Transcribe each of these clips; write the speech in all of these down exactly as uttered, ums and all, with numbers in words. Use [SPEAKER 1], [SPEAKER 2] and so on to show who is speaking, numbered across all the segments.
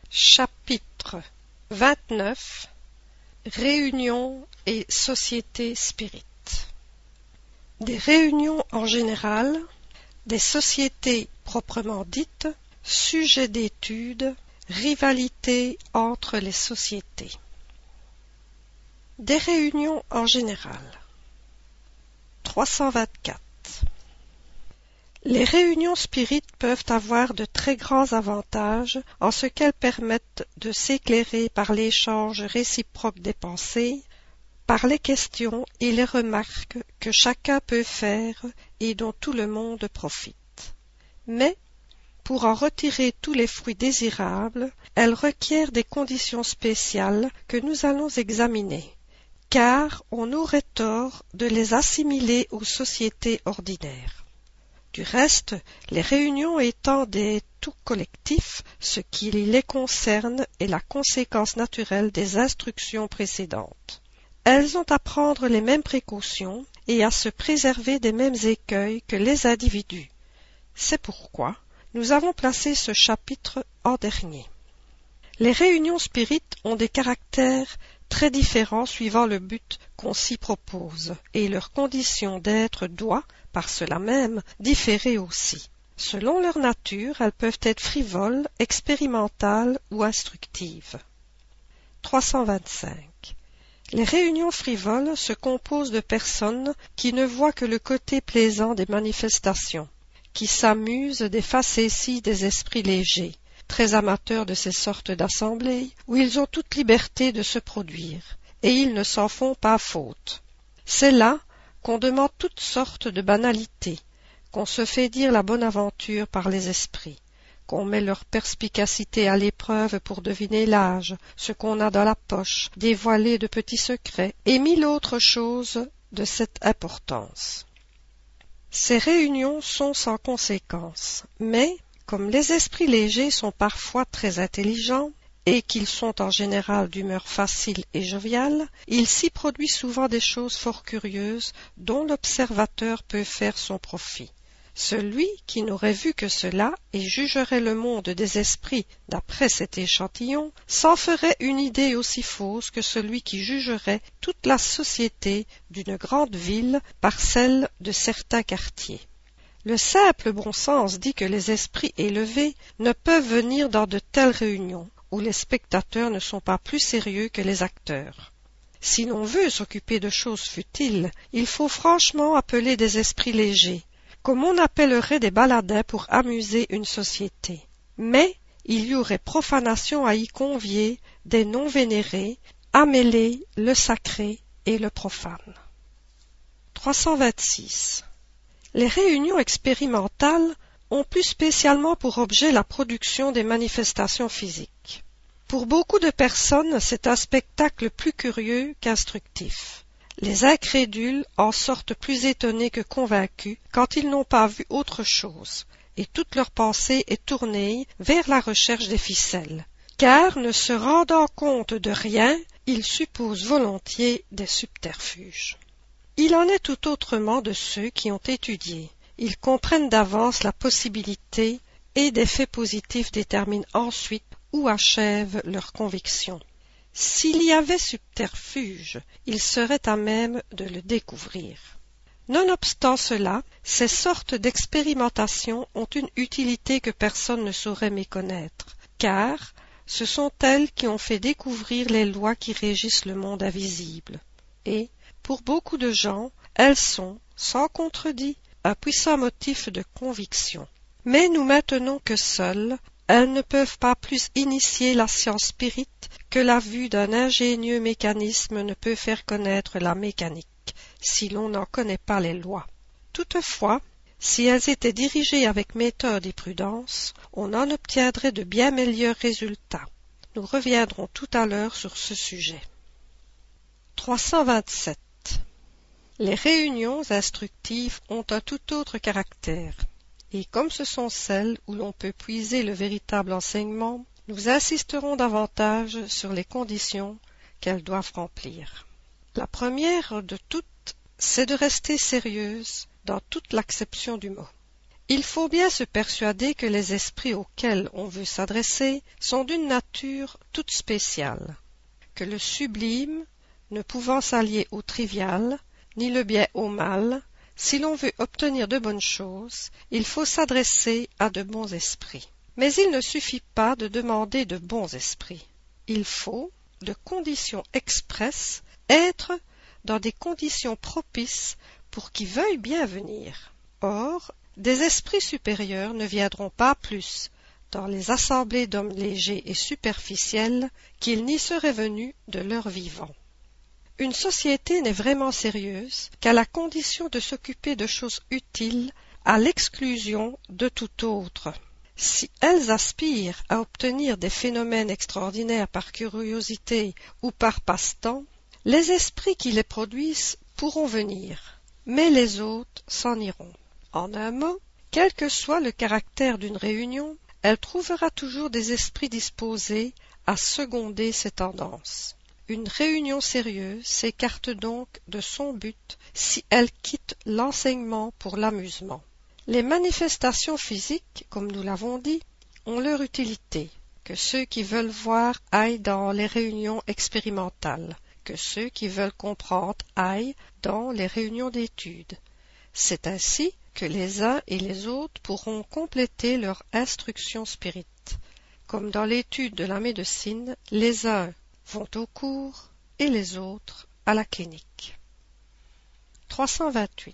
[SPEAKER 1] Chapitre vingt-neuf. Réunions et sociétés spirites. Des réunions en général, des sociétés proprement dites, sujets d'étude, rivalité entre les sociétés. Des réunions en général. trois cent vingt-quatre. Les réunions spirites peuvent avoir de très grands avantages en ce qu'elles permettent de s'éclairer par l'échange réciproque des pensées, par les questions et les remarques que chacun peut faire et dont tout le monde profite. Mais, pour en retirer tous les fruits désirables, elles requièrent des conditions spéciales que nous allons examiner, car on aurait tort de les assimiler aux sociétés ordinaires. Du reste, les réunions étant des tout collectifs, ce qui les concerne est la conséquence naturelle des instructions précédentes. Elles ont à prendre les mêmes précautions et à se préserver des mêmes écueils que les individus. C'est pourquoi nous avons placé ce chapitre en dernier. Les réunions spirites ont des caractères très différents suivant le but qu'on s'y propose, et leur condition d'être doit, par cela même, différer aussi. Selon leur nature, elles peuvent être frivoles, expérimentales ou instructives. trois cent vingt-cinq. Les réunions frivoles se composent de personnes qui ne voient que le côté plaisant des manifestations, qui s'amusent des facéties des esprits légers, très amateurs de ces sortes d'assemblées, où ils ont toute liberté de se produire, et ils ne s'en font pas faute. C'est là qu'on demande toutes sortes de banalités, qu'on se fait dire la bonne aventure par les esprits, qu'on met leur perspicacité à l'épreuve pour deviner l'âge, ce qu'on a dans la poche, dévoiler de petits secrets, et mille autres choses de cette importance. Ces réunions sont sans conséquence, mais, comme les esprits légers sont parfois très intelligents, et qu'ils sont en général d'humeur facile et joviale, il s'y produit souvent des choses fort curieuses dont l'observateur peut faire son profit. Celui qui n'aurait vu que cela et jugerait le monde des esprits d'après cet échantillon s'en ferait une idée aussi fausse que celui qui jugerait toute la société d'une grande ville par celle de certains quartiers. Le simple bon sens dit que les esprits élevés ne peuvent venir dans de telles réunions, où les spectateurs ne sont pas plus sérieux que les acteurs. Si l'on veut s'occuper de choses futiles, il faut franchement appeler des esprits légers, comme on appellerait des baladins pour amuser une société. Mais il y aurait profanation à y convier des noms vénérés, à mêler le sacré et le profane. trois cent vingt-six. Les réunions expérimentales ont plus spécialement pour objet la production des manifestations physiques. Pour beaucoup de personnes, c'est un spectacle plus curieux qu'instructif. Les incrédules en sortent plus étonnés que convaincus quand ils n'ont pas vu autre chose, et toute leur pensée est tournée vers la recherche des ficelles, car, ne se rendant compte de rien, ils supposent volontiers des subterfuges. Il en est tout autrement de ceux qui ont étudié. Ils comprennent d'avance la possibilité et des faits positifs déterminent ensuite où achèvent leurs convictions. S'il y avait subterfuge, ils seraient à même de le découvrir. Nonobstant cela, ces sortes d'expérimentations ont une utilité que personne ne saurait méconnaître, car ce sont elles qui ont fait découvrir les lois qui régissent le monde invisible. Et, pour beaucoup de gens, elles sont, sans contredit, un puissant motif de conviction. Mais nous maintenons que seules, elles ne peuvent pas plus initier la science spirite que la vue d'un ingénieux mécanisme ne peut faire connaître la mécanique, si l'on n'en connaît pas les lois. Toutefois, si elles étaient dirigées avec méthode et prudence, on en obtiendrait de bien meilleurs résultats. Nous reviendrons tout à l'heure sur ce sujet. trois cent vingt-sept. Les réunions instructives ont un tout autre caractère, et comme ce sont celles où l'on peut puiser le véritable enseignement, nous insisterons davantage sur les conditions qu'elles doivent remplir. La première de toutes, c'est de rester sérieuse dans toute l'acception du mot. Il faut bien se persuader que les esprits auxquels on veut s'adresser sont d'une nature toute spéciale, que le sublime, ne pouvant s'allier au trivial, ni le bien au mal, si l'on veut obtenir de bonnes choses, il faut s'adresser à de bons esprits. Mais il ne suffit pas de demander de bons esprits. Il faut, de conditions expresses, être dans des conditions propices pour qu'ils veuillent bien venir. Or, des esprits supérieurs ne viendront pas plus dans les assemblées d'hommes légers et superficiels qu'ils n'y seraient venus de leur vivant. Une société n'est vraiment sérieuse qu'à la condition de s'occuper de choses utiles à l'exclusion de tout autre. Si elles aspirent à obtenir des phénomènes extraordinaires par curiosité ou par passe-temps, les esprits qui les produisent pourront venir, mais les autres s'en iront. En un mot, quel que soit le caractère d'une réunion, elle trouvera toujours des esprits disposés à seconder ces tendances. Une réunion sérieuse s'écarte donc de son but si elle quitte l'enseignement pour l'amusement. Les manifestations physiques, comme nous l'avons dit, ont leur utilité, que ceux qui veulent voir aillent dans les réunions expérimentales, que ceux qui veulent comprendre aillent dans les réunions d'études. C'est ainsi que les uns et les autres pourront compléter leur instruction spirite. Comme dans l'étude de la médecine, les uns vont au cours et les autres à la clinique. trois cent vingt-huit.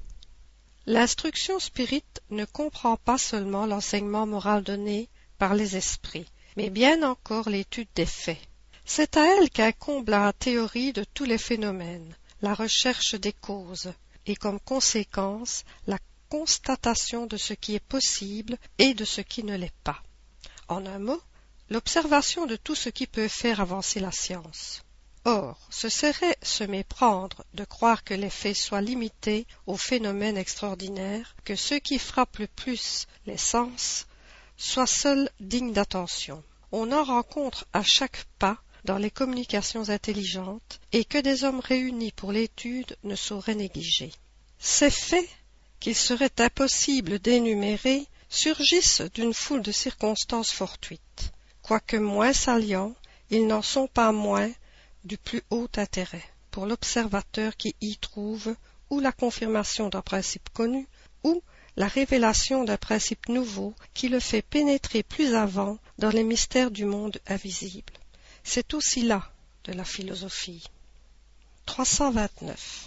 [SPEAKER 1] L'instruction spirite ne comprend pas seulement l'enseignement moral donné par les esprits, mais bien encore l'étude des faits. C'est à elle qu'incombe la théorie de tous les phénomènes, la recherche des causes, et comme conséquence la constatation de ce qui est possible et de ce qui ne l'est pas. En un mot, l'observation de tout ce qui peut faire avancer la science. Or, ce serait se méprendre de croire que les faits soient limités aux phénomènes extraordinaires, que ceux qui frappent le plus les sens soient seuls dignes d'attention. On en rencontre à chaque pas dans les communications intelligentes et que des hommes réunis pour l'étude ne sauraient négliger. Ces faits, qu'il serait impossible d'énumérer, surgissent d'une foule de circonstances fortuites. Quoique moins salients, ils n'en sont pas moins du plus haut intérêt pour l'observateur qui y trouve ou la confirmation d'un principe connu ou la révélation d'un principe nouveau qui le fait pénétrer plus avant dans les mystères du monde invisible. C'est aussi là de la philosophie. trois cent vingt-neuf.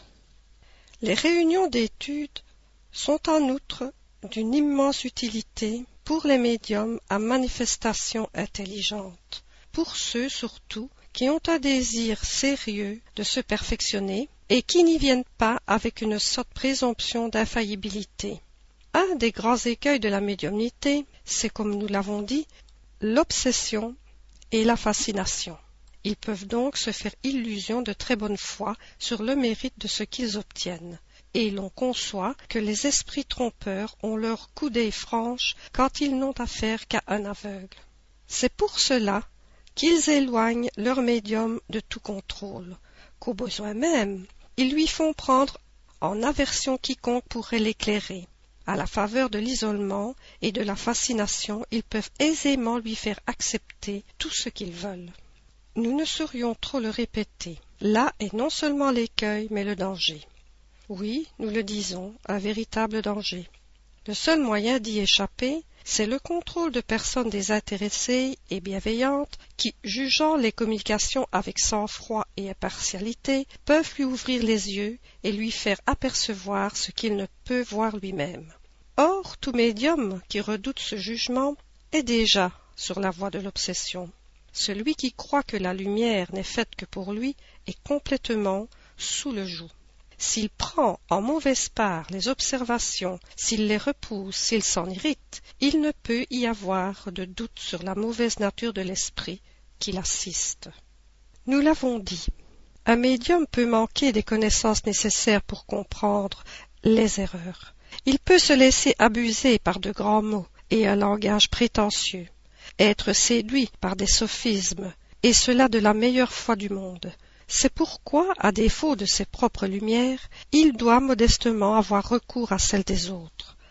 [SPEAKER 1] Les réunions d'études sont en outre d'une immense utilité pour les médiums à manifestation intelligente, pour ceux surtout qui ont un désir sérieux de se perfectionner et qui n'y viennent pas avec une sotte présomption d'infaillibilité. Un des grands écueils de la médiumnité, c'est, comme nous l'avons dit, l'obsession et la fascination. Ils peuvent donc se faire illusion de très bonne foi sur le mérite de ce qu'ils obtiennent, et l'on conçoit que les esprits trompeurs ont leur coup d'œil franche quand ils n'ont affaire qu'à un aveugle. C'est pour cela qu'ils éloignent leur médium de tout contrôle, qu'au besoin même, ils lui font prendre en aversion quiconque pourrait l'éclairer. À la faveur de l'isolement et de la fascination, ils peuvent aisément lui faire accepter tout ce qu'ils veulent. Nous ne saurions trop le répéter. Là est non seulement l'écueil, mais le danger. Oui, nous le disons, un véritable danger. Le seul moyen d'y échapper, c'est le contrôle de personnes désintéressées et bienveillantes qui, jugeant les communications avec sang-froid et impartialité, peuvent lui ouvrir les yeux et lui faire apercevoir ce qu'il ne peut voir lui-même. Or, tout médium qui redoute ce jugement est déjà sur la voie de l'obsession. Celui qui croit que la lumière n'est faite que pour lui est complètement sous le joug. S'il prend en mauvaise part les observations, s'il les repousse, s'il s'en irrite, il ne peut y avoir de doute sur la mauvaise nature de l'esprit qui l'assiste. Nous l'avons dit, un médium peut manquer des connaissances nécessaires pour comprendre les erreurs. Il peut se laisser abuser par de grands mots et un langage prétentieux, être séduit par des sophismes, et cela de la meilleure foi du monde. C'est pourquoi, à défaut de ses propres lumières, il doit modestement avoir recours à celles des autres.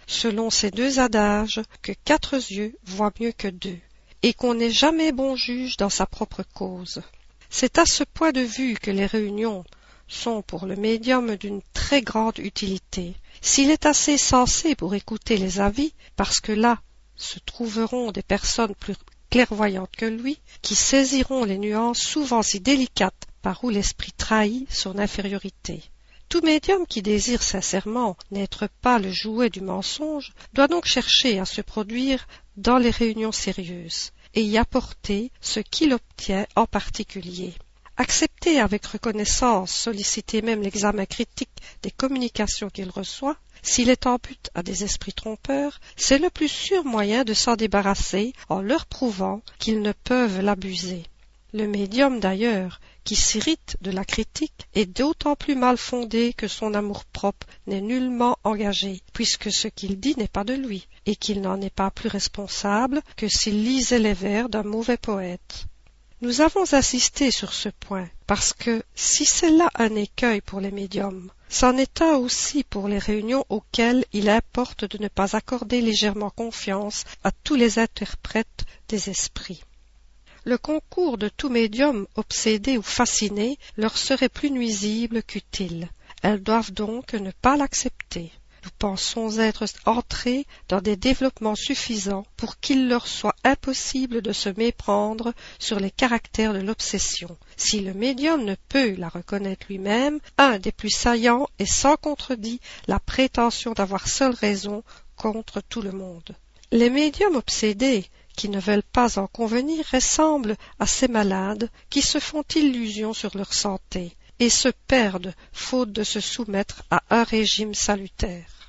[SPEAKER 1] selon ces deux adages, que quatre yeux voient mieux que deux, et qu'on n'est jamais bon juge dans sa propre cause. C'est à ce point de vue que les réunions sont pour le médium d'une très grande utilité. S'il est assez sensé pour écouter les avis, parce que là se trouveront des personnes plus clairvoyantes que lui, qui saisiront les nuances souvent si délicates par où l'esprit trahit son infériorité. Tout médium qui désire sincèrement n'être pas le jouet du mensonge doit donc chercher à se produire dans les réunions sérieuses et y apporter ce qu'il obtient en particulier. Accepter avec reconnaissance, solliciter même l'examen critique des communications qu'il reçoit, s'il est en butte à des esprits trompeurs, c'est le plus sûr moyen de s'en débarrasser en leur prouvant qu'ils ne peuvent l'abuser. Le médium d'ailleurs, qui s'irrite de la critique, est d'autant plus mal fondé que son amour-propre n'est nullement engagé, puisque ce qu'il dit n'est pas de lui, et qu'il n'en est pas plus responsable que s'il lisait les vers d'un mauvais poète. Nous avons insisté sur ce point, parce que, si c'est là un écueil pour les médiums, c'en est un aussi pour les réunions auxquelles il importe de ne pas accorder légèrement confiance à tous les interprètes des esprits. Le concours de tout médium obsédé ou fasciné leur serait plus nuisible qu'utile. Elles doivent donc ne pas l'accepter. Nous pensons être entrés dans des développements suffisants pour qu'il leur soit impossible de se méprendre sur les caractères de l'obsession. Si le médium ne peut la reconnaître lui-même, un des plus saillants est sans contredit la prétention d'avoir seule raison contre tout le monde. Les médiums obsédés qui ne veulent pas en convenir ressemblent à ces malades qui se font illusion sur leur santé et se perdent faute de se soumettre à un régime salutaire.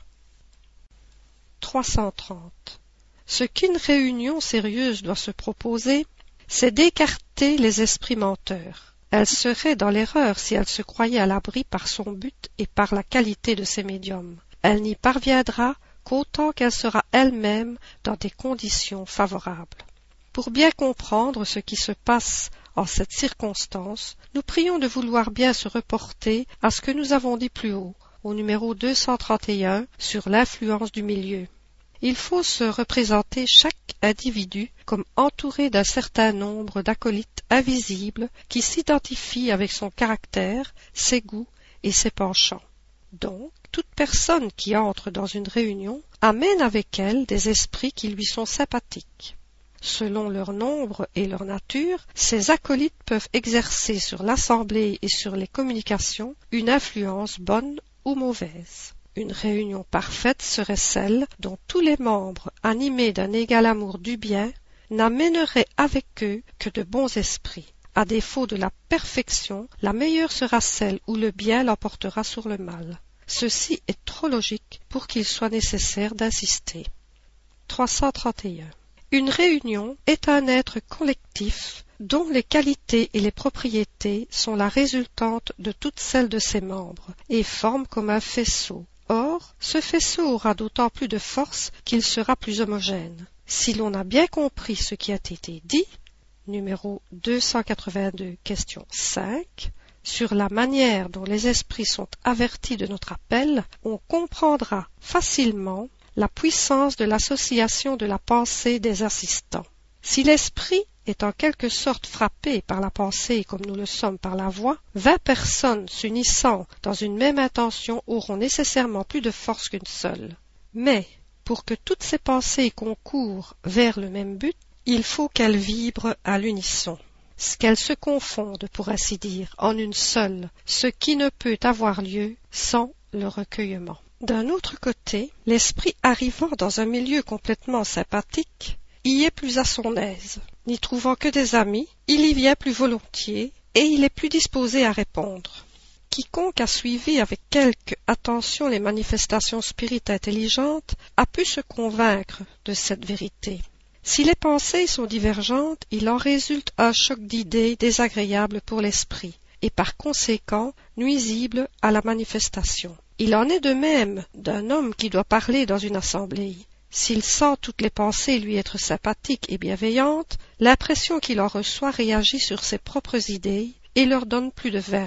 [SPEAKER 1] trois cent trente. Ce qu'une réunion sérieuse doit se proposer, c'est d'écarter les esprits menteurs. Elle serait dans l'erreur si elle se croyait à l'abri par son but et par la qualité de ses médiums. Elle n'y parviendra qu'autant qu'elle sera elle-même dans des conditions favorables. Pour bien comprendre ce qui se passe en cette circonstance, nous prions de vouloir bien se reporter à ce que nous avons dit plus haut, au numéro deux cent trente et un, sur l'influence du milieu. Il faut se représenter chaque individu comme entouré d'un certain nombre d'acolytes invisibles qui s'identifient avec son caractère, ses goûts et ses penchants. Donc, toute personne qui entre dans une réunion amène avec elle des esprits qui lui sont sympathiques. Selon leur nombre et leur nature, ces acolytes peuvent exercer sur l'assemblée et sur les communications une influence bonne ou mauvaise. Une réunion parfaite serait celle dont tous les membres, animés d'un égal amour du bien, n'amèneraient avec eux que de bons esprits. À défaut de la perfection, la meilleure sera celle où le bien l'emportera sur le mal. Ceci est trop logique pour qu'il soit nécessaire d'insister. trois cent trente et un. Une réunion est un être collectif dont les qualités et les propriétés sont la résultante de toutes celles de ses membres et forment comme un faisceau. Or, ce faisceau aura d'autant plus de force qu'il sera plus homogène. Si l'on a bien compris ce qui a été dit, numéro deux cent quatre-vingt-deux, question cinq, sur la manière dont les esprits sont avertis de notre appel, on comprendra facilement la puissance de l'association de la pensée des assistants. Si l'esprit est en quelque sorte frappé par la pensée comme nous le sommes par la voix, vingt personnes s'unissant dans une même intention auront nécessairement plus de force qu'une seule. Mais, pour que toutes ces pensées concourent vers le même but, il faut qu'elles vibrent à l'unisson, qu'elles se confondent, pour ainsi dire, en une seule, ce qui ne peut avoir lieu sans le recueillement. D'un autre côté, l'esprit arrivant dans un milieu complètement sympathique y est plus à son aise. N'y trouvant que des amis, il y vient plus volontiers et il est plus disposé à répondre. Quiconque a suivi avec quelque attention les manifestations spirites intelligentes a pu se convaincre de cette vérité. Si les pensées sont divergentes, il en résulte un choc d'idées désagréable pour l'esprit et par conséquent nuisible à la manifestation. Il en est de même d'un homme qui doit parler dans une assemblée. S'il sent toutes les pensées lui être sympathiques et bienveillantes, l'impression qu'il en reçoit réagit sur ses propres idées et leur donne plus de verve.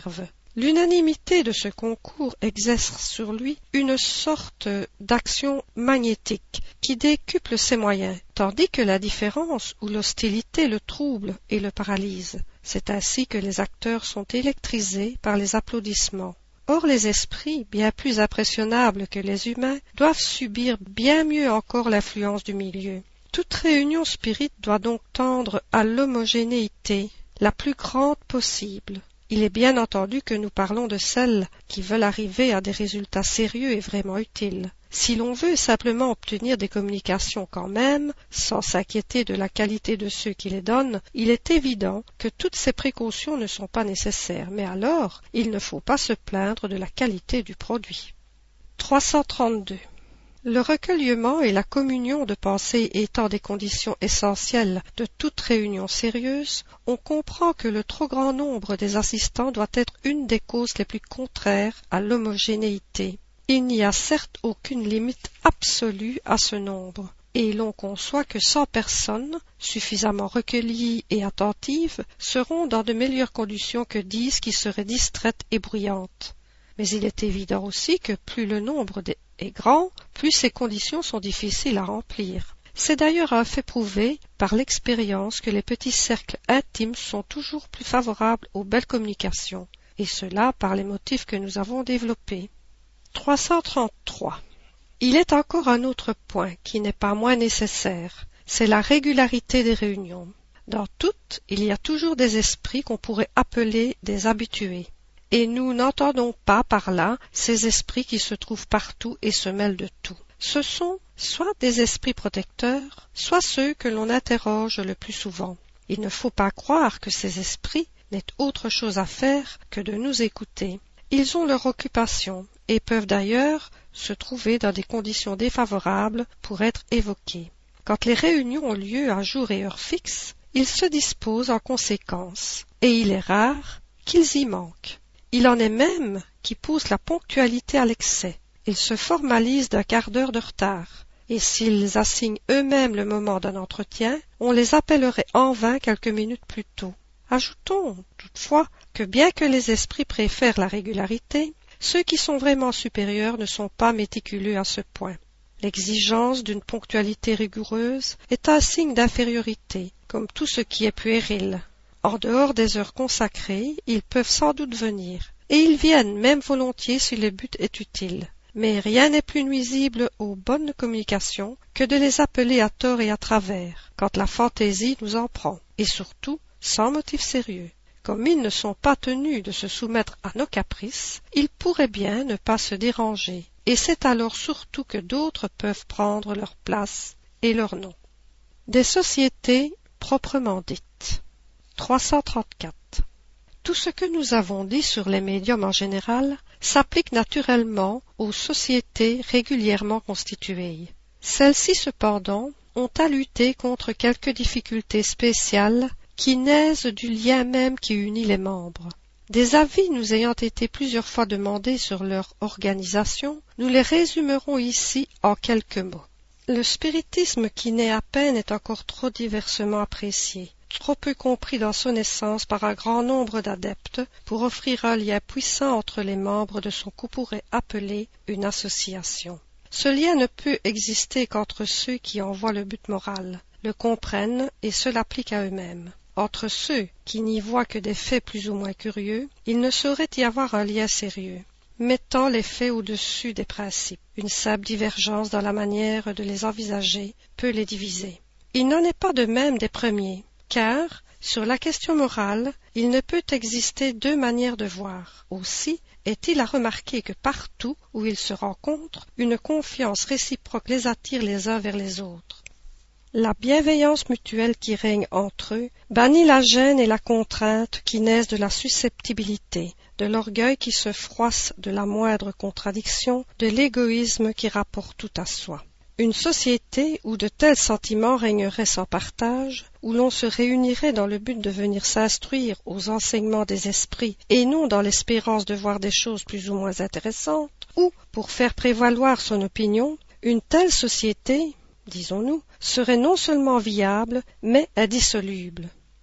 [SPEAKER 1] L'unanimité de ce concours exerce sur lui une sorte d'action magnétique qui décuple ses moyens, tandis que la différence ou l'hostilité le trouble et le paralyse. C'est ainsi que les acteurs sont électrisés par les applaudissements. Or les esprits, bien plus impressionnables que les humains, doivent subir bien mieux encore l'influence du milieu. Toute réunion spirite doit donc tendre à l'homogénéité la plus grande possible. Il est bien entendu que nous parlons de celles qui veulent arriver à des résultats sérieux et vraiment utiles. Si l'on veut simplement obtenir des communications quand même, sans s'inquiéter de la qualité de ceux qui les donnent, il est évident que toutes ces précautions ne sont pas nécessaires, mais alors il ne faut pas se plaindre de la qualité du produit. trois cent trente-deux. Le recueillement et la communion de pensée étant des conditions essentielles de toute réunion sérieuse, on comprend que le trop grand nombre des assistants doit être une des causes les plus contraires à l'homogénéité. Il n'y a certes aucune limite absolue à ce nombre, et l'on conçoit que cent personnes, suffisamment recueillies et attentives, seront dans de meilleures conditions que dix qui seraient distraites et bruyantes. Mais il est évident aussi que plus le nombre est grand, plus ces conditions sont difficiles à remplir. C'est d'ailleurs un fait prouvé par l'expérience que les petits cercles intimes sont toujours plus favorables aux belles communications, et cela par les motifs que nous avons développés. trois cent trente-trois. Il est encore un autre point qui n'est pas moins nécessaire, c'est la régularité des réunions. Dans toutes, il y a toujours des esprits qu'on pourrait appeler des habitués. Et nous n'entendons pas par là ces esprits qui se trouvent partout et se mêlent de tout. Ce sont soit des esprits protecteurs, soit ceux que l'on interroge le plus souvent. Il ne faut pas croire que ces esprits n'aient autre chose à faire que de nous écouter. Ils ont leur occupation et peuvent d'ailleurs se trouver dans des conditions défavorables pour être évoqués. Quand les réunions ont lieu à jour et heure fixe, ils se disposent en conséquence, et il est rare qu'ils y manquent. Il en est même qui poussent la ponctualité à l'excès. Ils se formalisent d'un quart d'heure de retard, et s'ils assignent eux-mêmes le moment d'un entretien, on les appellerait en vain quelques minutes plus tôt. Ajoutons, toutefois, que bien que les esprits préfèrent la régularité, ceux qui sont vraiment supérieurs ne sont pas méticuleux à ce point. L'exigence d'une ponctualité rigoureuse est un signe d'infériorité, comme tout ce qui est puéril. En dehors des heures consacrées, ils peuvent sans doute venir, et ils viennent même volontiers si le but est utile. Mais rien n'est plus nuisible aux bonnes communications que de les appeler à tort et à travers, quand la fantaisie nous en prend, et surtout sans motif sérieux. Comme ils ne sont pas tenus de se soumettre à nos caprices, ils pourraient bien ne pas se déranger, et c'est alors surtout que d'autres peuvent prendre leur place et leur nom. Des sociétés proprement dites. trois cent trente-quatre. Tout ce que nous avons dit sur les médiums en général s'applique naturellement aux sociétés régulièrement constituées. Celles-ci, cependant, ont à lutter contre quelques difficultés spéciales qui naissent du lien même qui unit les membres. Des avis nous ayant été plusieurs fois demandés sur leur organisation, nous les résumerons ici en quelques mots. Le spiritisme qui naît à peine est encore trop diversement apprécié, trop peu compris dans son essence par un grand nombre d'adeptes pour offrir un lien puissant entre les membres de ce qu'on pourrait appeler une association. Ce lien ne peut exister qu'entre ceux qui en voient le but moral, le comprennent et se l'appliquent à eux-mêmes. Entre ceux qui n'y voient que des faits plus ou moins curieux, il ne saurait y avoir un lien sérieux, mettant les faits au-dessus des principes. Une simple divergence dans la manière de les envisager peut les diviser. Il n'en est pas de même des premiers, car, sur la question morale, il ne peut exister deux manières de voir. Aussi est-il à remarquer que partout où ils se rencontrent, une confiance réciproque les attire les uns vers les autres. La bienveillance mutuelle qui règne entre eux bannit la gêne et la contrainte qui naissent de la susceptibilité, de l'orgueil qui se froisse de la moindre contradiction, de l'égoïsme qui rapporte tout à soi. Une société où de tels sentiments régneraient sans partage, où l'on se réunirait dans le but de venir s'instruire aux enseignements des esprits et non dans l'espérance de voir des choses plus ou moins intéressantes, ou pour faire prévaloir son opinion, une telle société, disons-nous, serait non seulement viable, mais indissoluble.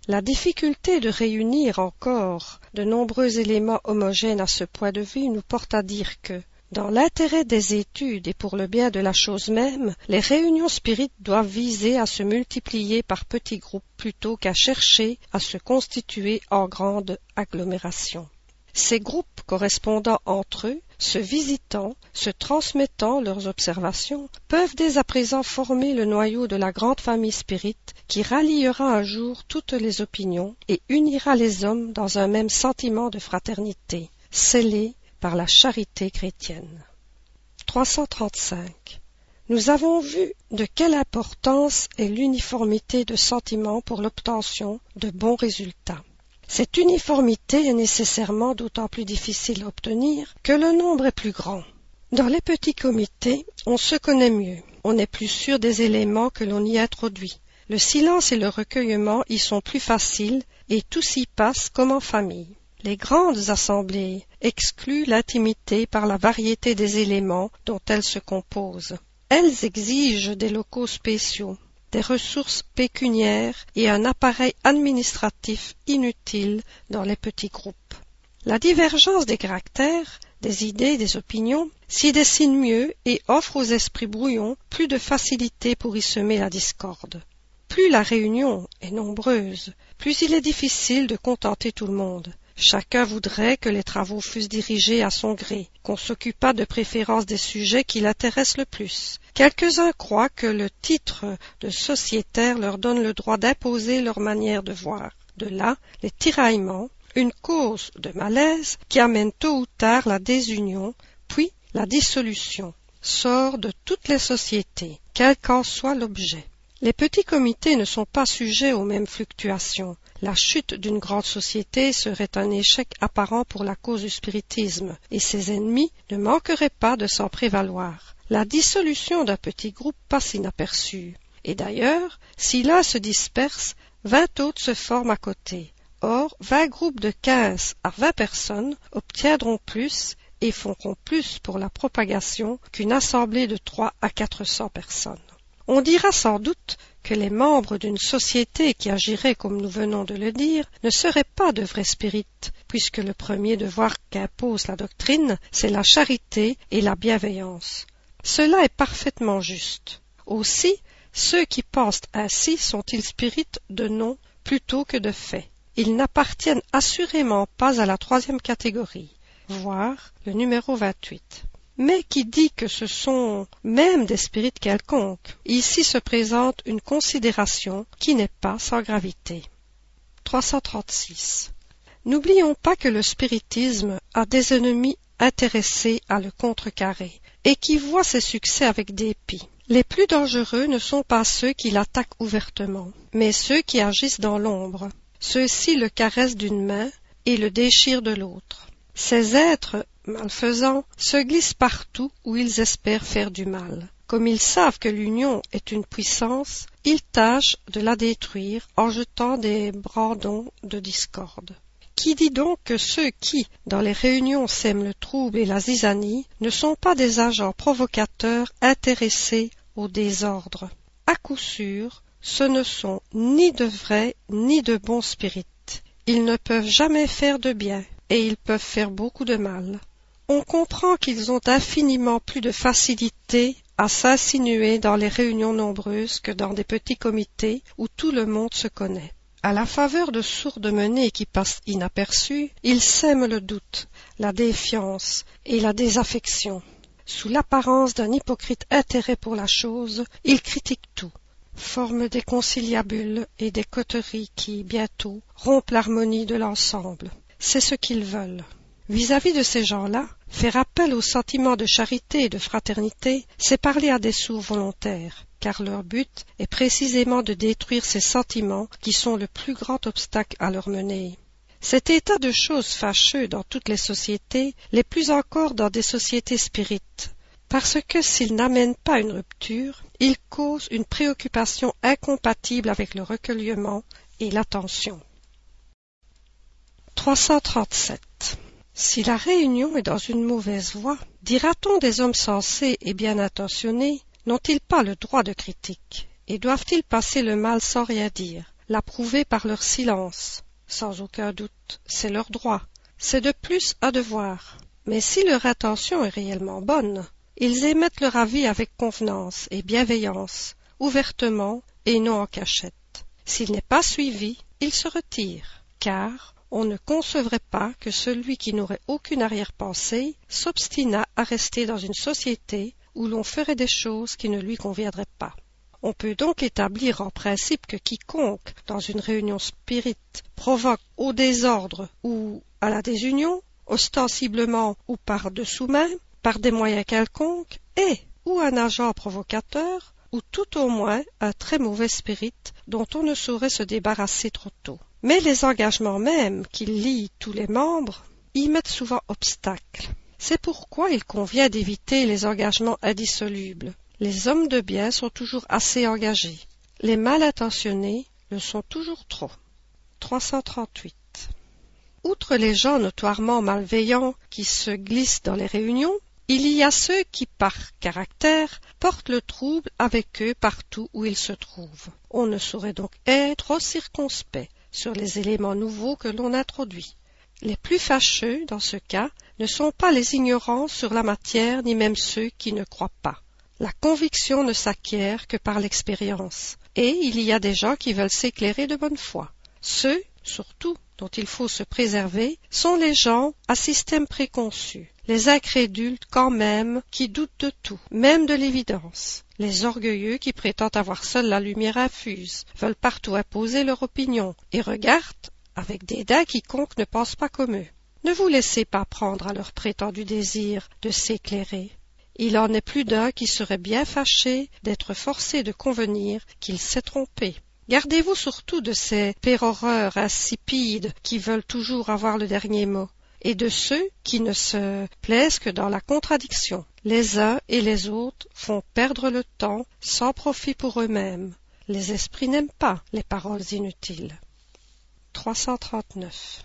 [SPEAKER 1] La difficulté de réunir encore de nombreux éléments homogènes à ce point de vue nous porte à dire que, dans l'intérêt des études et pour le bien de la chose même, les réunions spirites doivent viser à se multiplier par petits groupes plutôt qu'à chercher à se constituer en grandes agglomérations. Ces groupes correspondant entre eux, se visitant, se transmettant leurs observations, peuvent dès à présent former le noyau de la grande famille spirite qui ralliera un jour toutes les opinions et unira les hommes dans un même sentiment de fraternité, scellé par la charité chrétienne. trois cent trente-cinq. Nous avons vu de quelle importance est l'uniformité de sentiment pour l'obtention de bons résultats. Cette uniformité est nécessairement d'autant plus difficile à obtenir que le nombre est plus grand. Dans les petits comités, on se connaît mieux, on est plus sûr des éléments que l'on y introduit. Le silence et le recueillement y sont plus faciles et tout s'y passe comme en famille. Les grandes assemblées excluent l'intimité par la variété des éléments dont elles se composent. Elles exigent des locaux spéciaux, des ressources pécuniaires et un appareil administratif inutile dans les petits groupes. La divergence des caractères, des idées, des opinions s'y dessine mieux et offre aux esprits brouillons plus de facilité pour y semer la discorde. Plus la réunion est nombreuse, plus il est difficile de contenter tout le monde. Chacun voudrait que les travaux fussent dirigés à son gré, qu'on s'occupât de préférence des sujets qui l'intéressent le plus. Quelques-uns croient que le titre de sociétaire leur donne le droit d'imposer leur manière de voir. De là, les tiraillements, une cause de malaise qui amène tôt ou tard la désunion, puis la dissolution, sort de toutes les sociétés, quel qu'en soit l'objet. Les petits comités ne sont pas sujets aux mêmes fluctuations. La chute d'une grande société serait un échec apparent pour la cause du spiritisme, et ses ennemis ne manqueraient pas de s'en prévaloir. La dissolution d'un petit groupe passe inaperçue, et d'ailleurs, si l'un se disperse, vingt autres se forment à côté. Or, vingt groupes de quinze à vingt personnes obtiendront plus et feront plus pour la propagation qu'une assemblée de trois à quatre cents personnes. On dira sans doute que les membres d'une société qui agirait comme nous venons de le dire ne seraient pas de vrais spirites, puisque le premier devoir qu'impose la doctrine, c'est la charité et la bienveillance. Cela est parfaitement juste. Aussi, ceux qui pensent ainsi sont-ils spirites de nom plutôt que de fait. Ils n'appartiennent assurément pas à la troisième catégorie, voir le numéro vingt-huit. Mais qui dit que ce sont même des spirites quelconques? Ici se présente une considération qui n'est pas sans gravité. trois cent trente-six. N'oublions pas que le spiritisme a des ennemis intéressés à le contrecarrer, et qui voient ses succès avec dépit. Les plus dangereux ne sont pas ceux qui l'attaquent ouvertement, mais ceux qui agissent dans l'ombre. Ceux-ci le caressent d'une main et le déchirent de l'autre. Ces êtres malfaisants se glissent partout où ils espèrent faire du mal. Comme ils savent que l'union est une puissance, ils tâchent de la détruire en jetant des brandons de discorde. Qui dit donc que ceux qui, dans les réunions, sèment le trouble et la zizanie, ne sont pas des agents provocateurs intéressés au désordre? À coup sûr, ce ne sont ni de vrais ni de bons spirites. Ils ne peuvent jamais faire de bien, et ils peuvent faire beaucoup de mal. On comprend qu'ils ont infiniment plus de facilité à s'insinuer dans les réunions nombreuses que dans des petits comités où tout le monde se connaît. À la faveur de sourdes menées qui passent inaperçues, ils sèment le doute, la défiance et la désaffection. Sous l'apparence d'un hypocrite intérêt pour la chose, ils critiquent tout, forment des conciliabules et des coteries qui, bientôt, rompent l'harmonie de l'ensemble. C'est ce qu'ils veulent. Vis-à-vis de ces gens-là, faire appel aux sentiments de charité et de fraternité, c'est parler à des sourds volontaires, car leur but est précisément de détruire ces sentiments qui sont le plus grand obstacle à leur mener. Cet état de choses fâcheux dans toutes les sociétés, les plus encore dans des sociétés spirites, parce que s'ils n'amènent pas une rupture, ils causent une préoccupation incompatible avec le recueillement et l'attention. trois cent trente-sept. Si la réunion est dans une mauvaise voie, dira-t-on des hommes sensés et bien intentionnés, n'ont-ils pas le droit de critique, et doivent-ils passer le mal sans rien dire? l'approuver par leur silence. Sans aucun doute, c'est leur droit. C'est de plus un devoir. Mais si leur intention est réellement bonne, ils émettent leur avis avec convenance et bienveillance, ouvertement et non en cachette. S'il n'est pas suivi, ils se retirent, car on ne concevrait pas que celui qui n'aurait aucune arrière-pensée s'obstinât à rester dans une société où l'on ferait des choses qui ne lui conviendraient pas. On peut donc établir en principe que quiconque, dans une réunion spirite, provoque au désordre ou à la désunion, ostensiblement ou par-dessous même, par des moyens quelconques, est ou un agent provocateur, ou tout au moins un très mauvais spirit dont on ne saurait se débarrasser trop tôt. Mais les engagements mêmes qui lient tous les membres y mettent souvent obstacle. C'est pourquoi il convient d'éviter les engagements indissolubles. Les hommes de bien sont toujours assez engagés. Les mal intentionnés le sont toujours trop. trois cent trente-huit. Outre les gens notoirement malveillants qui se glissent dans les réunions, il y a ceux qui, par caractère, portent le trouble avec eux partout où ils se trouvent. On ne saurait donc être trop circonspect sur les éléments nouveaux que l'on introduit. Les plus fâcheux, dans ce cas, ne sont pas les ignorants sur la matière, ni même ceux qui ne croient pas. La conviction ne s'acquiert que par l'expérience, et il y a des gens qui veulent s'éclairer de bonne foi. Ceux, surtout, dont il faut se préserver, sont les gens à système préconçu, les incrédules quand même qui doutent de tout, même de l'évidence, les orgueilleux qui prétendent avoir seuls la lumière infuse, veulent partout imposer leur opinion, et regardent avec dédain quiconque ne pense pas comme eux. Ne vous laissez pas prendre à leur prétendu désir de s'éclairer. Il en est plus d'un qui serait bien fâché d'être forcé de convenir qu'il s'est trompé. Gardez-vous surtout de ces péroreurs insipides qui veulent toujours avoir le dernier mot, et de ceux qui ne se plaisent que dans la contradiction. Les uns et les autres font perdre le temps sans profit pour eux-mêmes. Les esprits n'aiment pas les paroles inutiles. trois cent trente-neuf.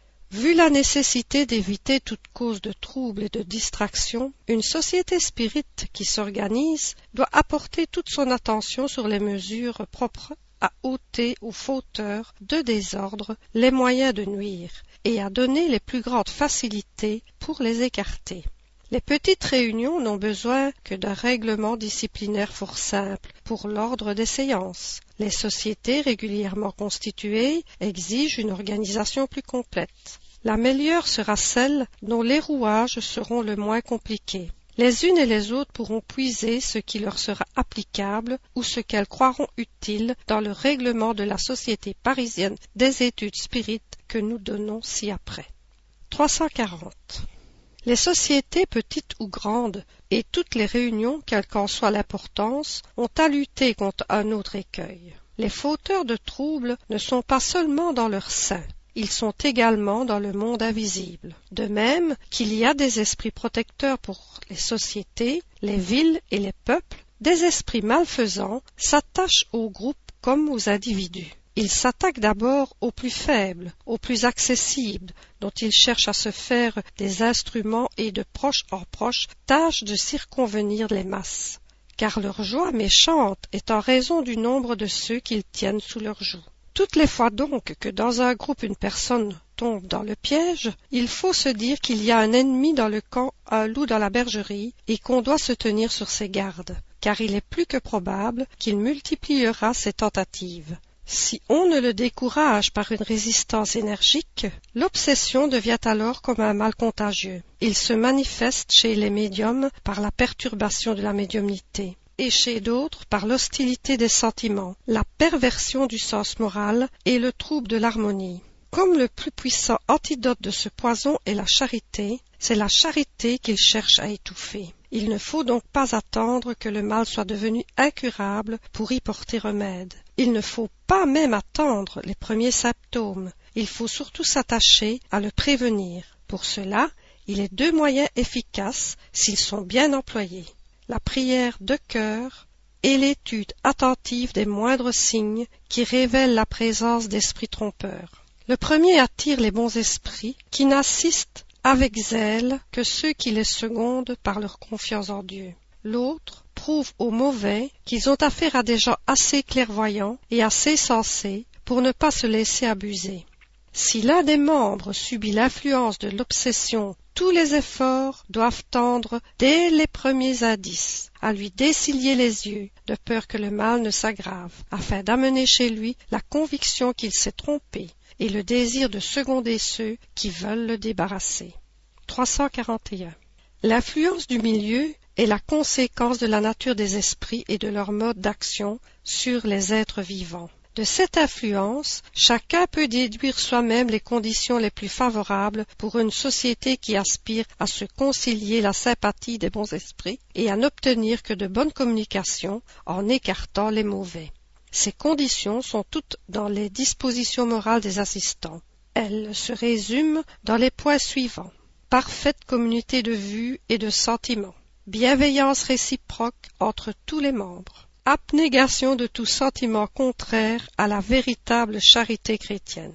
[SPEAKER 1] Vu la nécessité d'éviter toute cause de trouble et de distraction, une société spirite qui s'organise doit apporter toute son attention sur les mesures propres à ôter aux fauteurs de désordre les moyens de nuire et à donner les plus grandes facilités pour les écarter. Les petites réunions n'ont besoin que d'un règlement disciplinaire fort simple pour l'ordre des séances. Les sociétés régulièrement constituées exigent une organisation plus complète. La meilleure sera celle dont les rouages seront le moins compliqués. Les unes et les autres pourront puiser ce qui leur sera applicable ou ce qu'elles croiront utile dans le règlement de la Société parisienne des études spirites que nous donnons ci-après. trois cent quarante. Les sociétés petites ou grandes, et toutes les réunions, quelle qu'en soit l'importance, ont à lutter contre un autre écueil. Les fauteurs de troubles ne sont pas seulement dans leur sein, ils sont également dans le monde invisible. De même qu'il y a des esprits protecteurs pour les sociétés, les villes et les peuples, des esprits malfaisants s'attachent aux groupes comme aux individus. Ils s'attaquent d'abord aux plus faibles, aux plus accessibles, dont ils cherchent à se faire des instruments et de proche en proche tâchent de circonvenir les masses, car leur joie méchante est en raison du nombre de ceux qu'ils tiennent sous leur joug. Toutes les fois donc que dans un groupe une personne tombe dans le piège, il faut se dire qu'il y a un ennemi dans le camp, un loup dans la bergerie, et qu'on doit se tenir sur ses gardes, car il est plus que probable qu'il multipliera ses tentatives. Si on ne le décourage par une résistance énergique, l'obsession devient alors comme un mal contagieux. Il se manifeste chez les médiums par la perturbation de la médiumnité, et chez d'autres par l'hostilité des sentiments, la perversion du sens moral et le trouble de l'harmonie. Comme le plus puissant antidote de ce poison est la charité, c'est la charité qu'il cherche à étouffer. Il ne faut donc pas attendre que le mal soit devenu incurable pour y porter remède. Il ne faut pas même attendre les premiers symptômes. Il faut surtout s'attacher à le prévenir. Pour cela, il est deux moyens efficaces s'ils sont bien employés. La prière de cœur et l'étude attentive des moindres signes qui révèlent la présence d'esprits trompeurs. Le premier attire les bons esprits qui n'assistent avec zèle que ceux qui les secondent par leur confiance en Dieu. L'autre prouve aux mauvais qu'ils ont affaire à des gens assez clairvoyants et assez sensés pour ne pas se laisser abuser. Si l'un des membres subit l'influence de l'obsession, tous les efforts doivent tendre, dès les premiers indices, à lui dessiller les yeux, de peur que le mal ne s'aggrave, afin d'amener chez lui la conviction qu'il s'est trompé et le désir de seconder ceux qui veulent le débarrasser. trois cent quarante et un. L'influence du milieu est la conséquence de la nature des esprits et de leur mode d'action sur les êtres vivants. De cette influence, chacun peut déduire soi-même les conditions les plus favorables pour une société qui aspire à se concilier la sympathie des bons esprits et à n'obtenir que de bonnes communications en écartant les mauvais. Ces conditions sont toutes dans les dispositions morales des assistants. Elles se résument dans les points suivants. Parfaite communauté de vues et de sentiments. Bienveillance réciproque entre tous les membres. Abnégation de tout sentiment contraire à la véritable charité chrétienne.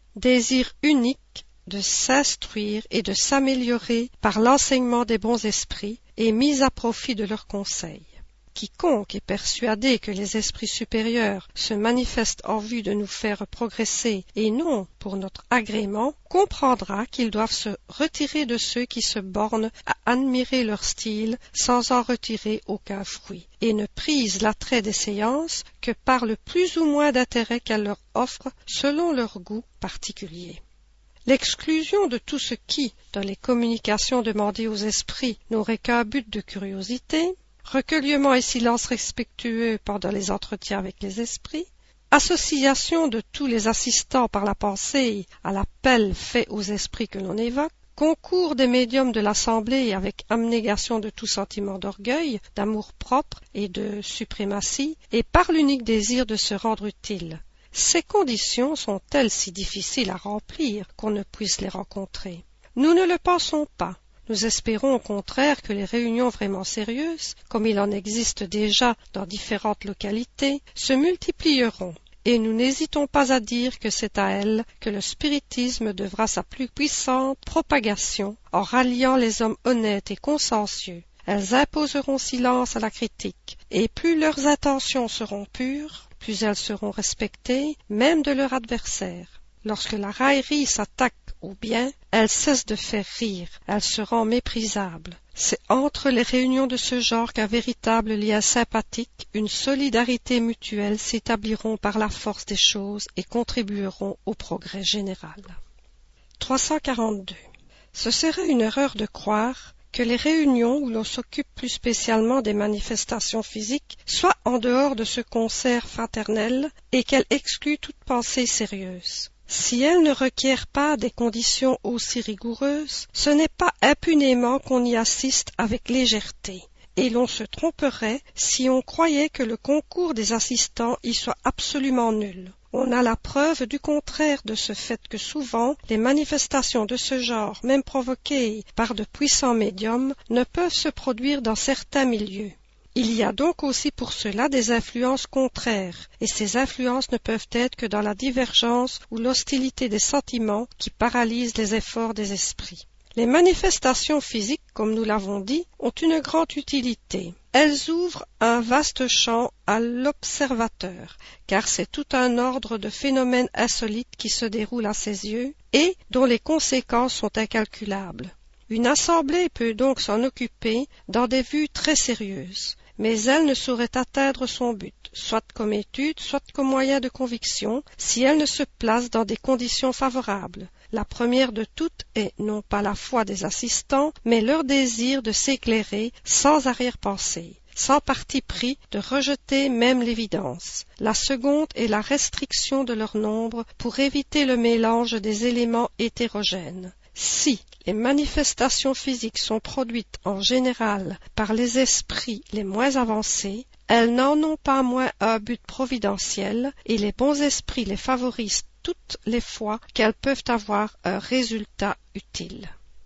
[SPEAKER 1] Désir unique de s'instruire et de s'améliorer par l'enseignement des bons esprits et mise à profit de leurs conseils. Quiconque est persuadé que les esprits supérieurs se manifestent en vue de nous faire progresser et non pour notre agrément, comprendra qu'ils doivent se retirer de ceux qui se bornent à admirer leur style sans en retirer aucun fruit, et ne prisent l'attrait des séances que par le plus ou moins d'intérêt qu'elles leur offrent selon leur goût particulier. L'exclusion de tout ce qui, dans les communications demandées aux esprits, n'aurait qu'un but de curiosité, recueillement et silence respectueux pendant les entretiens avec les esprits, association de tous les assistants par la pensée à l'appel fait aux esprits que l'on évoque, concours des médiums de l'assemblée avec abnégation de tout sentiment d'orgueil, d'amour-propre et de suprématie, et par l'unique désir de se rendre utile. Ces conditions sont-elles si difficiles à remplir qu'on ne puisse les rencontrer? Nous ne le pensons pas. Nous espérons au contraire que les réunions vraiment sérieuses, comme il en existe déjà dans différentes localités, se multiplieront, et nous n'hésitons pas à dire que c'est à elles que le spiritisme devra sa plus puissante propagation en ralliant les hommes honnêtes et consciencieux. Elles imposeront silence à la critique, et plus leurs intentions seront pures, plus elles seront respectées, même de leurs adversaires. Lorsque la raillerie s'attaque au bien, elle cesse de faire rire, elle se rend méprisable. C'est entre les réunions de ce genre qu'un véritable lien sympathique, une solidarité mutuelle s'établiront par la force des choses et contribueront au progrès général. trois cent quarante-deux. Ce serait une erreur de croire que les réunions où l'on s'occupe plus spécialement des manifestations physiques soient en dehors de ce concert fraternel et qu'elles excluent toute pensée sérieuse. Si elles ne requièrent pas des conditions aussi rigoureuses, ce n'est pas impunément qu'on y assiste avec légèreté, et l'on se tromperait si on croyait que le concours des assistants y soit absolument nul. On a la preuve du contraire de ce fait que souvent les manifestations de ce genre, même provoquées par de puissants médiums, ne peuvent se produire dans certains milieux. Il y a donc aussi pour cela des influences contraires, et ces influences ne peuvent être que dans la divergence ou l'hostilité des sentiments qui paralysent les efforts des esprits. Les manifestations physiques, comme nous l'avons dit, ont une grande utilité. Elles ouvrent un vaste champ à l'observateur, car c'est tout un ordre de phénomènes insolites qui se déroulent à ses yeux et dont les conséquences sont incalculables. Une assemblée peut donc s'en occuper dans des vues très sérieuses, mais elle ne saurait atteindre son but, soit comme étude, soit comme moyen de conviction, si elle ne se place dans des conditions favorables. La première de toutes est non pas la foi des assistants, mais leur désir de s'éclairer sans arrière-pensée, sans parti pris de rejeter même l'évidence. La seconde est la restriction de leur nombre pour éviter le mélange des éléments hétérogènes. Si les manifestations physiques sont produites en général par les esprits les moins avancés, elles n'en ont pas moins un but providentiel, et les bons esprits les favorisent toutes les fois qu'elles peuvent avoir un résultat utile.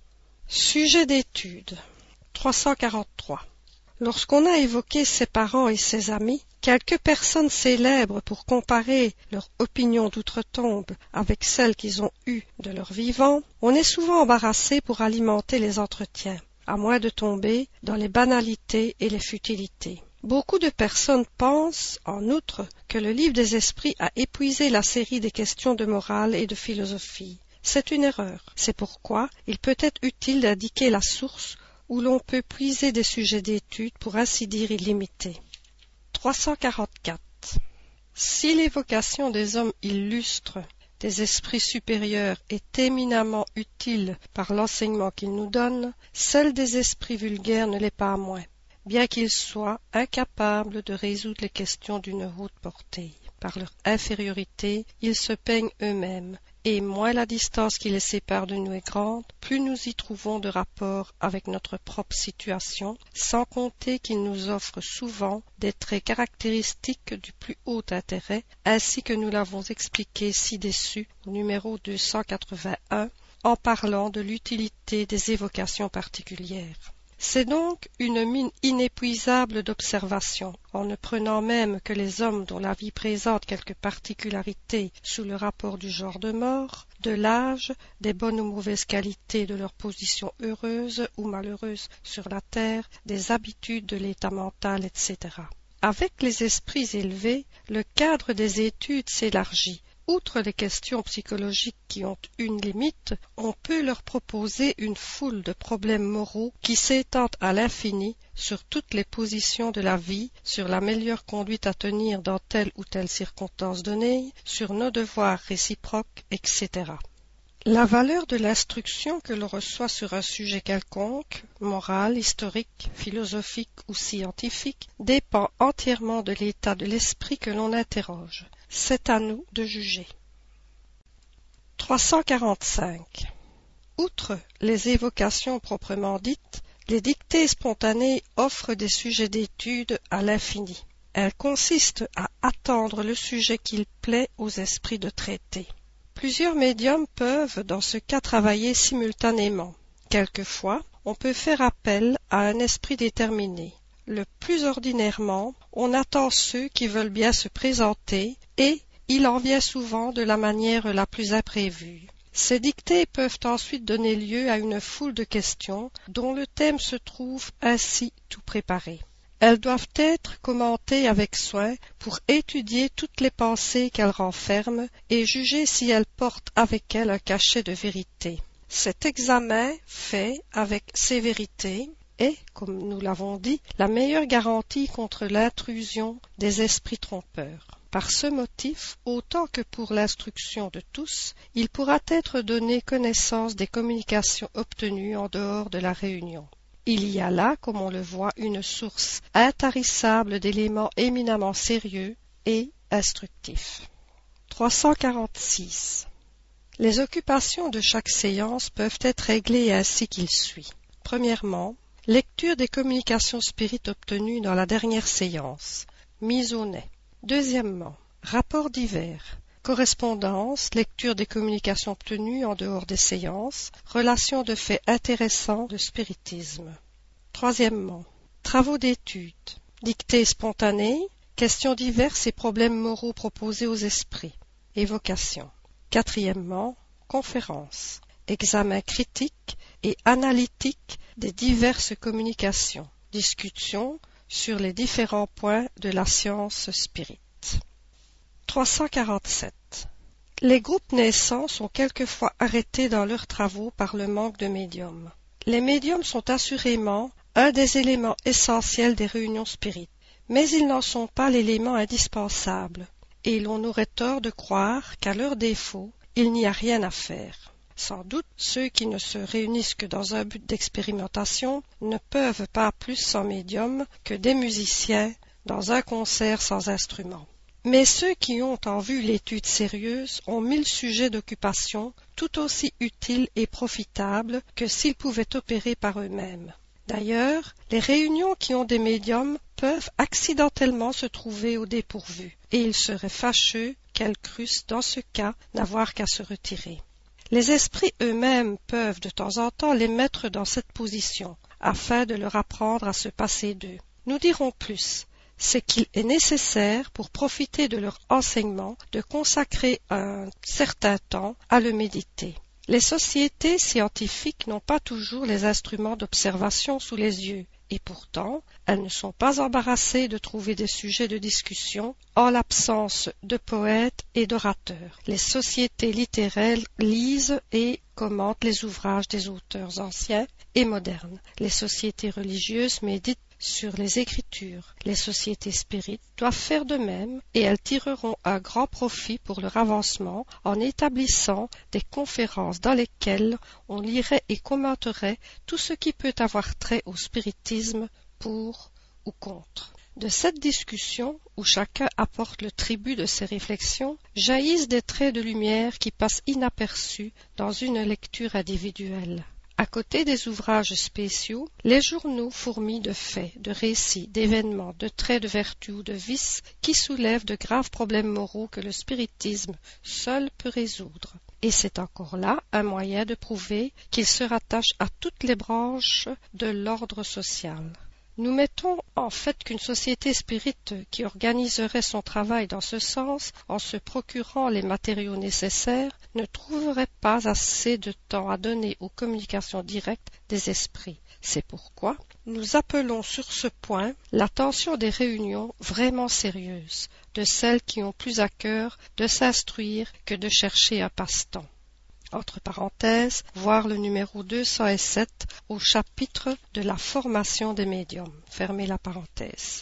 [SPEAKER 1] Sujet d'étude trois cent quarante-trois. Lorsqu'on a évoqué ses parents et ses amis, quelques personnes célèbres pour comparer leur opinion d'outre-tombe avec celle qu'ils ont eue de leur vivant, on est souvent embarrassé pour alimenter les entretiens, à moins de tomber dans les banalités et les futilités. Beaucoup de personnes pensent, en outre, que le livre des esprits a épuisé la série des questions de morale et de philosophie. C'est une erreur. C'est pourquoi il peut être utile d'indiquer la source où l'on peut puiser des sujets d'étude pour ainsi dire illimités. trois cent quarante-quatre. Si l'évocation des hommes illustres, des esprits supérieurs est éminemment utile par l'enseignement qu'ils nous donnent, celle des esprits vulgaires ne l'est pas moins, bien qu'ils soient incapables de résoudre les questions d'une haute portée. Par leur infériorité, ils se peignent eux-mêmes, et moins la distance qui les sépare de nous est grande, plus nous y trouvons de rapport avec notre propre situation, sans compter qu'ils nous offrent souvent des traits caractéristiques du plus haut intérêt, ainsi que nous l'avons expliqué ci-dessus, au numéro deux cent quatre-vingt-un, en parlant de l'utilité des évocations particulières. C'est donc une mine inépuisable d'observations, en ne prenant même que les hommes dont la vie présente quelques particularités sous le rapport du genre de mort, de l'âge, des bonnes ou mauvaises qualités de leur position heureuse ou malheureuse sur la terre, des habitudes de l'état mental, et cetera. Avec les esprits élevés, le cadre des études s'élargit. Outre les questions psychologiques qui ont une limite, on peut leur proposer une foule de problèmes moraux qui s'étendent à l'infini sur toutes les positions de la vie, sur la meilleure conduite à tenir dans telle ou telle circonstance donnée, sur nos devoirs réciproques, et cetera. La valeur de l'instruction que l'on reçoit sur un sujet quelconque, moral, historique, philosophique ou scientifique, dépend entièrement de l'état de l'esprit que l'on interroge. C'est à nous de juger. trois cent quarante-cinq. Outre les évocations proprement dites, les dictées spontanées offrent des sujets d'étude à l'infini. Elles consistent à attendre le sujet qu'il plaît aux esprits de traiter. Plusieurs médiums peuvent dans ce cas travailler simultanément. Quelquefois, on peut faire appel à un esprit déterminé. Le plus ordinairement, on attend ceux qui veulent bien se présenter et il en vient souvent de la manière la plus imprévue. Ces dictées peuvent ensuite donner lieu à une foule de questions dont le thème se trouve ainsi tout préparé. Elles doivent être commentées avec soin pour étudier toutes les pensées qu'elles renferment et juger si elles portent avec elles un cachet de vérité. Cet examen fait avec sévérité est, comme nous l'avons dit, la meilleure garantie contre l'intrusion des esprits trompeurs. Par ce motif, autant que pour l'instruction de tous, il pourra être donné connaissance des communications obtenues en dehors de la réunion. Il y a là, comme on le voit, une source intarissable d'éléments éminemment sérieux et instructifs. trois cent quarante-six. Les occupations de chaque séance peuvent être réglées ainsi qu'il suit. Premièrement, lecture des communications spirites obtenues dans la dernière séance, mise au nez. Deuxièmement, rapports divers, correspondance, lecture des communications obtenues en dehors des séances, relations de faits intéressants de spiritisme. Troisièmement, travaux d'études, dictées spontanées, questions diverses et problèmes moraux proposés aux esprits, évocation. Quatrièmement, conférences, examen critique et analytique des diverses communications, discussions sur les différents points de la science spirite. trois cent quarante-sept. Les groupes naissants sont quelquefois arrêtés dans leurs travaux par le manque de médiums. Les médiums sont assurément un des éléments essentiels des réunions spirites, mais ils n'en sont pas l'élément indispensable, et l'on aurait tort de croire qu'à leur défaut, il n'y a rien à faire. Sans doute, ceux qui ne se réunissent que dans un but d'expérimentation ne peuvent pas plus sans médium que des musiciens dans un concert sans instrument. Mais ceux qui ont en vue l'étude sérieuse ont mille sujets d'occupation tout aussi utiles et profitables que s'ils pouvaient opérer par eux-mêmes. D'ailleurs, les réunions qui ont des médiums peuvent accidentellement se trouver au dépourvu, et il serait fâcheux qu'elles crussent dans ce cas n'avoir qu'à se retirer. Les esprits eux-mêmes peuvent de temps en temps les mettre dans cette position, afin de leur apprendre à se passer d'eux. Nous dirons plus, c'est qu'il est nécessaire, pour profiter de leur enseignement, de consacrer un certain temps à le méditer. Les sociétés scientifiques n'ont pas toujours les instruments d'observation sous les yeux, Et pourtant, elles ne sont pas embarrassées de trouver des sujets de discussion en l'absence de poètes et d'orateurs. Les sociétés littéraires lisent et commentent les ouvrages des auteurs anciens et modernes. Les sociétés religieuses méditent sur les Écritures. Les sociétés spirites doivent faire de même et elles tireront un grand profit pour leur avancement en établissant des conférences dans lesquelles on lirait et commenterait tout ce qui peut avoir trait au spiritisme pour ou contre. De cette discussion, où chacun apporte le tribut de ses réflexions, jaillissent des traits de lumière qui passent inaperçus dans une lecture individuelle. À côté des ouvrages spéciaux, les journaux fourmillent de faits, de récits, d'événements, de traits de vertu ou de vices qui soulèvent de graves problèmes moraux que le spiritisme seul peut résoudre. Et c'est encore là un moyen de prouver qu'il se rattache à toutes les branches de l'ordre social. Nous mettons en fait qu'une société spirite qui organiserait son travail dans ce sens, en se procurant les matériaux nécessaires, ne trouverait pas assez de temps à donner aux communications directes des esprits. C'est pourquoi nous appelons sur ce point l'attention des réunions vraiment sérieuses, de celles qui ont plus à cœur de s'instruire que de chercher un passe-temps. Entre parenthèses, voir le numéro deux cent sept au chapitre de la formation des médiums. Fermez la parenthèse.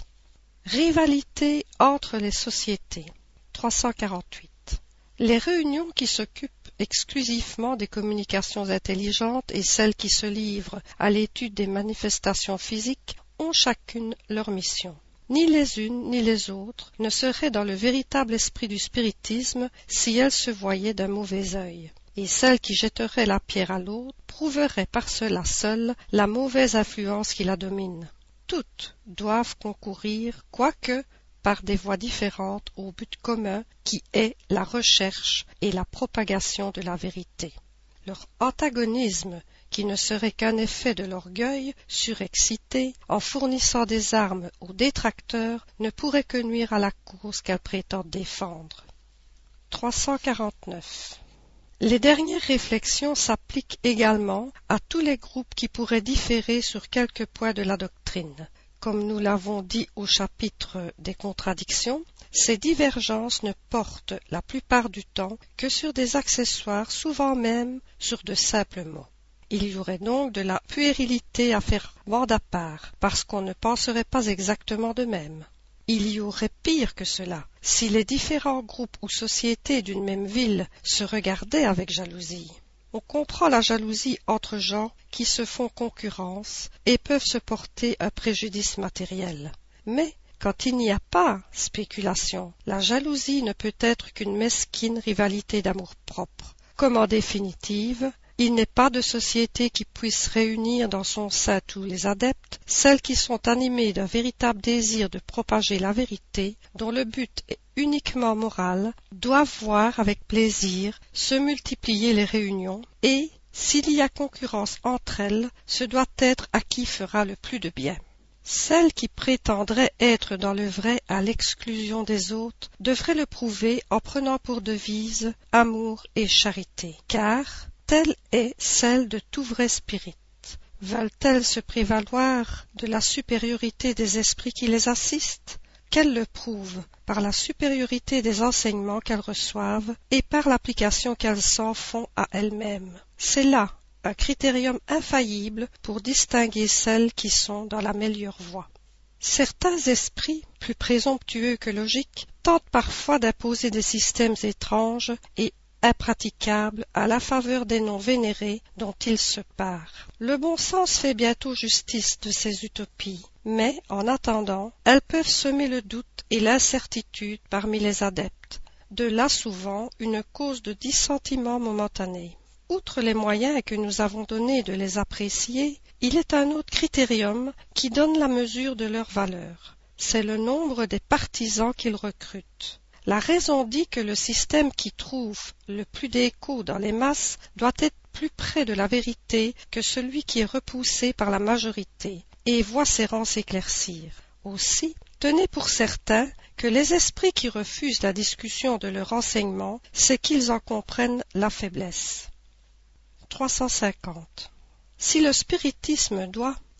[SPEAKER 1] Rivalité entre les sociétés. trois cent quarante-huit. Les réunions qui s'occupent exclusivement des communications intelligentes et celles qui se livrent à l'étude des manifestations physiques ont chacune leur mission. Ni les unes ni les autres ne seraient dans le véritable esprit du spiritisme si elles se voyaient d'un mauvais œil. Et celle qui jetterait la pierre à l'autre prouverait par cela seule la mauvaise influence qui la domine. Toutes doivent concourir, quoique par des voies différentes, au but commun qui est la recherche et la propagation de la vérité. Leur antagonisme, qui ne serait qu'un effet de l'orgueil surexcité, en fournissant des armes aux détracteurs, ne pourrait que nuire à la cause qu'elles prétendent défendre. trois cent quarante-neuf. Les dernières réflexions s'appliquent également à tous les groupes qui pourraient différer sur quelques points de la doctrine. Comme nous l'avons dit au chapitre des contradictions, ces divergences ne portent la plupart du temps que sur des accessoires, souvent même sur de simples mots. Il y aurait donc de la puérilité à faire bande à part, parce qu'on ne penserait pas exactement de même. Il y aurait pire que cela, si les différents groupes ou sociétés d'une même ville se regardaient avec jalousie. On comprend la jalousie entre gens qui se font concurrence et peuvent se porter un préjudice matériel. Mais quand il n'y a pas spéculation, la jalousie ne peut être qu'une mesquine rivalité d'amour-propre. Comme en définitive, il n'est pas de société qui puisse réunir dans son sein tous les adeptes, celles qui sont animées d'un véritable désir de propager la vérité, dont le but est uniquement moral, doivent voir avec plaisir se multiplier les réunions, et, s'il y a concurrence entre elles, ce doit être à qui fera le plus de bien. Celles qui prétendraient être dans le vrai à l'exclusion des autres devraient le prouver en prenant pour devise amour et charité, car telle est celle de tout vrai spirit. Veulent-elles se prévaloir de la supériorité des esprits qui les assistent? Qu'elles le prouvent par la supériorité des enseignements qu'elles reçoivent et par l'application qu'elles s'en font à elles-mêmes. C'est là un critérium infaillible pour distinguer celles qui sont dans la meilleure voie. Certains esprits, plus présomptueux que logiques, tentent parfois d'imposer des systèmes étranges et impraticables à la faveur des noms vénérés dont ils se parent. Le bon sens fait bientôt justice de ces utopies, mais, en attendant, elles peuvent semer le doute et l'incertitude parmi les adeptes, de là souvent une cause de dissentiment momentané. Outre les moyens que nous avons donnés de les apprécier, il est un autre critérium qui donne la mesure de leur valeur. C'est le nombre des partisans qu'ils recrutent. La raison dit que le système qui trouve le plus d'écho dans les masses doit être plus près de la vérité que celui qui est repoussé par la majorité, et voit ses rangs s'éclaircir. Aussi, tenez pour certain que les esprits qui refusent la discussion de leur enseignement, c'est qu'ils en comprennent la faiblesse. trois cent cinquante. Si le spiritisme doit,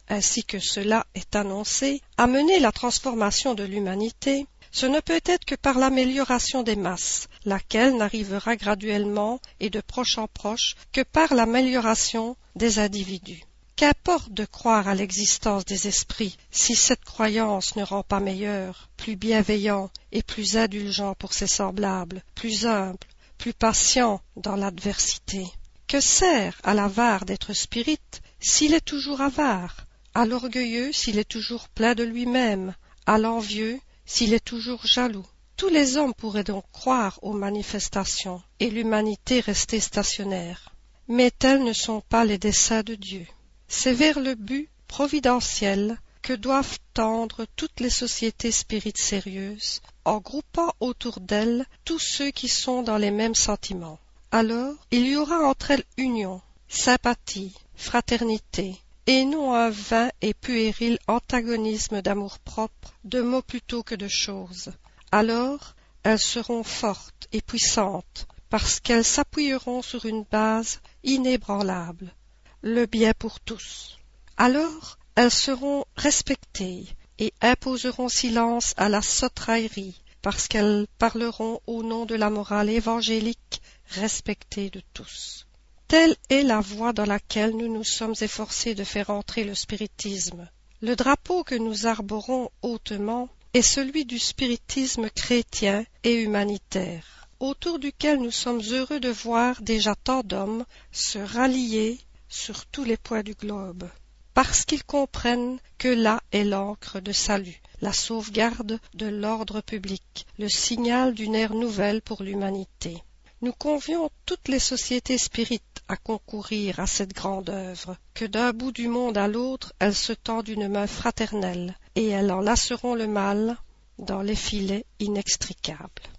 [SPEAKER 1] ainsi que cela est annoncé, à mener la transformation de l'humanité, ce ne peut être que par l'amélioration des masses, laquelle n'arrivera graduellement et de proche en proche que par l'amélioration des individus. Qu'importe de croire à l'existence des esprits, si cette croyance ne rend pas meilleur, plus bienveillant et plus indulgent pour ses semblables, plus humble, plus patient dans l'adversité. Que sert à l'avare d'être spirit s'il est toujours avare, à l'orgueilleux s'il est toujours plein de lui-même, à l'envieux s'il est toujours jaloux? Tous les hommes pourraient donc croire aux manifestations et l'humanité rester stationnaire. Mais tels ne sont pas les desseins de Dieu. C'est vers le but providentiel que doivent tendre toutes les sociétés spirites sérieuses, en groupant autour d'elles tous ceux qui sont dans les mêmes sentiments. Alors, il y aura entre elles union, sympathie, fraternité, et non un vain et puéril antagonisme d'amour-propre, de mots plutôt que de choses. Alors, elles seront fortes et puissantes, parce qu'elles s'appuieront sur une base inébranlable, le bien pour tous. Alors, elles seront respectées et imposeront silence à la sotraillerie, parce qu'elles parleront au nom de la morale évangélique respectée de tous. Telle est la voie dans laquelle nous nous sommes efforcés de faire entrer le spiritisme. Le drapeau que nous arborons hautement est celui du spiritisme chrétien et humanitaire, autour duquel nous sommes heureux de voir déjà tant d'hommes se rallier sur tous les points du globe, parce qu'ils comprennent que là est l'ancre de salut, la sauvegarde de l'ordre public, le signal d'une ère nouvelle pour l'humanité. Nous convions toutes les sociétés spirites à concourir à cette grande œuvre, que d'un bout du monde à l'autre elles se tendent une main fraternelle, et elles enlaceront le mal dans les filets inextricables.